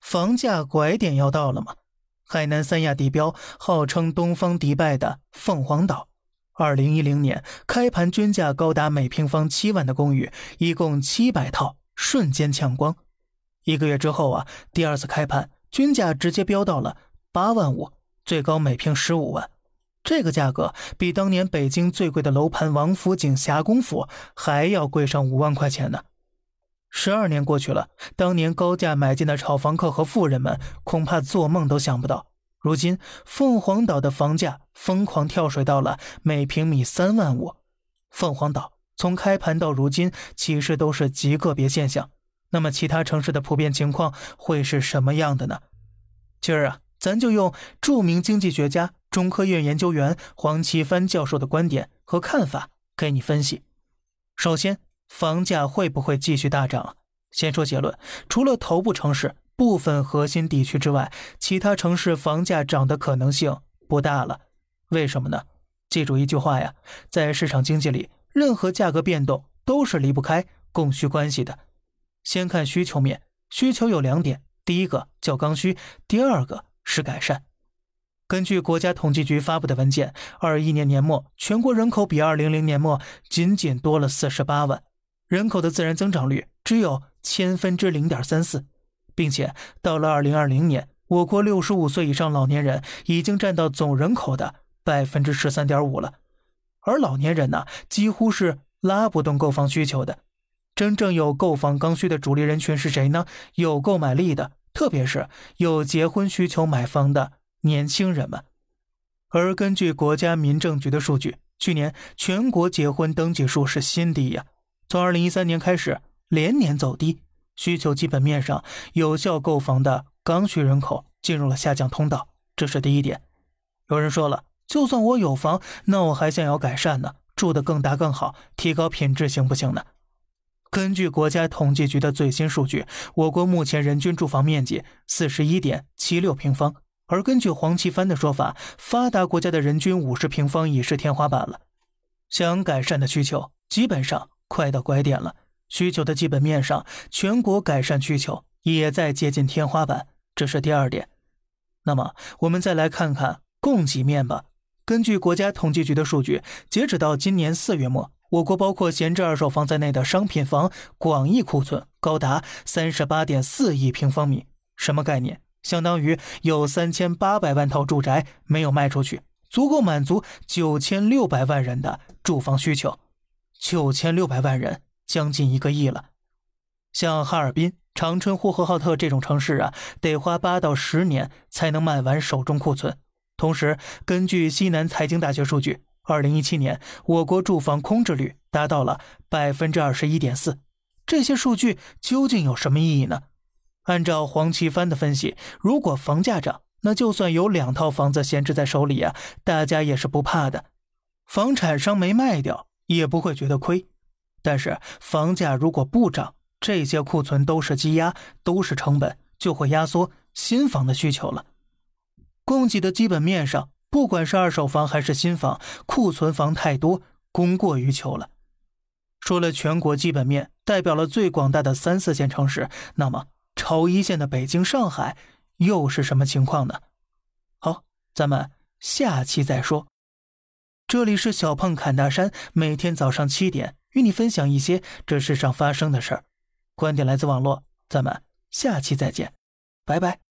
房价拐点要到了吗？海南三亚地标，号称东方迪拜的凤凰岛，2010年开盘均价高达每平方7万的公寓，一共700套，瞬间抢光。1个月之后第二次开盘，均价直接飙到了8万5，最高每平15万。这个价格比当年北京最贵的楼盘王府井霞公府还要贵上5万块钱呢。12年过去了，当年高价买进的炒房客和富人们恐怕做梦都想不到，如今凤凰岛的房价疯狂跳水到了每平米3万5。凤凰岛从开盘到如今其实都是极个别现象，那么其他城市的普遍情况会是什么样的呢？今儿咱就用著名经济学家、中科院研究员黄奇帆教授的观点和看法给你分析。首先，房价会不会继续大涨？先说结论，除了头部城市、部分核心地区之外，其他城市房价涨的可能性不大了。为什么呢？记住一句话在市场经济里，任何价格变动都是离不开供需关系的。先看需求面，需求有2点，第一个叫刚需，第二个是改善。根据国家统计局发布的文件，21年年末全国人口比2000年末仅仅多了48万，人口的自然增长率只有0.34%，并且到了2020年，我国65岁以上老年人已经占到总人口的 13.5% 了。而老年人几乎是拉不动购房需求的。真正有购房刚需的主力人群是谁呢？有购买力的，特别是有结婚需求买房的年轻人们。而根据国家民政局的数据，去年全国结婚登记数是新低从2013年开始连年走低，需求基本面上有效购房的刚需人口进入了下降通道，这是第一点。有人说了，就算我有房，那我还想要改善呢，住得更大更好，提高品质行不行呢？根据国家统计局的最新数据，我国目前人均住房面积 41.76 平方，而根据黄奇帆的说法，发达国家的人均50平方已是天花板了。想改善的需求基本上快到拐点了，需求的基本面上，全国改善需求也在接近天花板，这是第二点。那么我们再来看看供给面吧。根据国家统计局的数据，截止到今年4月末，我国包括闲置二手房在内的商品房广义库存高达 38.4 亿平方米。什么概念？相当于有3800万套住宅没有卖出去，足够满足9600万人的住房需求。9600万人，将近1个亿了。像哈尔滨、长春、呼和浩特这种城市得花8到10年才能卖完手中库存。同时，根据西南财经大学数据，2017年我国住房空置率达到了 21.4%。 这些数据究竟有什么意义呢？按照黄奇帆的分析，如果房价涨，那就算有2套房子闲置在手里大家也是不怕的，房产商没卖掉也不会觉得亏。但是房价如果不涨，这些库存都是积压，都是成本，就会压缩新房的需求了。供给的基本面上，不管是二手房还是新房，库存房太多，供过于求了。说了全国基本面，代表了最广大的3、4线城市，那么超一线的北京、上海又是什么情况呢？好，咱们下期再说。这里是小胖侃大山，每天早上7点与你分享一些这世上发生的事儿。观点来自网络，咱们下期再见，拜拜。